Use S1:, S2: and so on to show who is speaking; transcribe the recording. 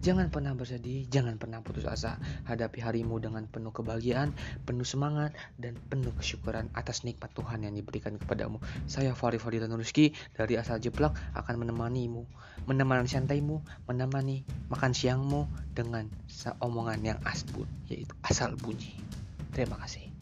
S1: Jangan pernah bersedih, jangan pernah putus asa. Hadapi harimu dengan penuh kebahagiaan, penuh semangat, dan penuh kesyukuran atas nikmat Tuhan yang diberikan kepadamu. Saya Fari Fadila Nuruski dari Asal Jeplak akan menemani santaimu, menemani makan siangmu dengan omongan yang asbun, yaitu asal bunyi. Terima kasih.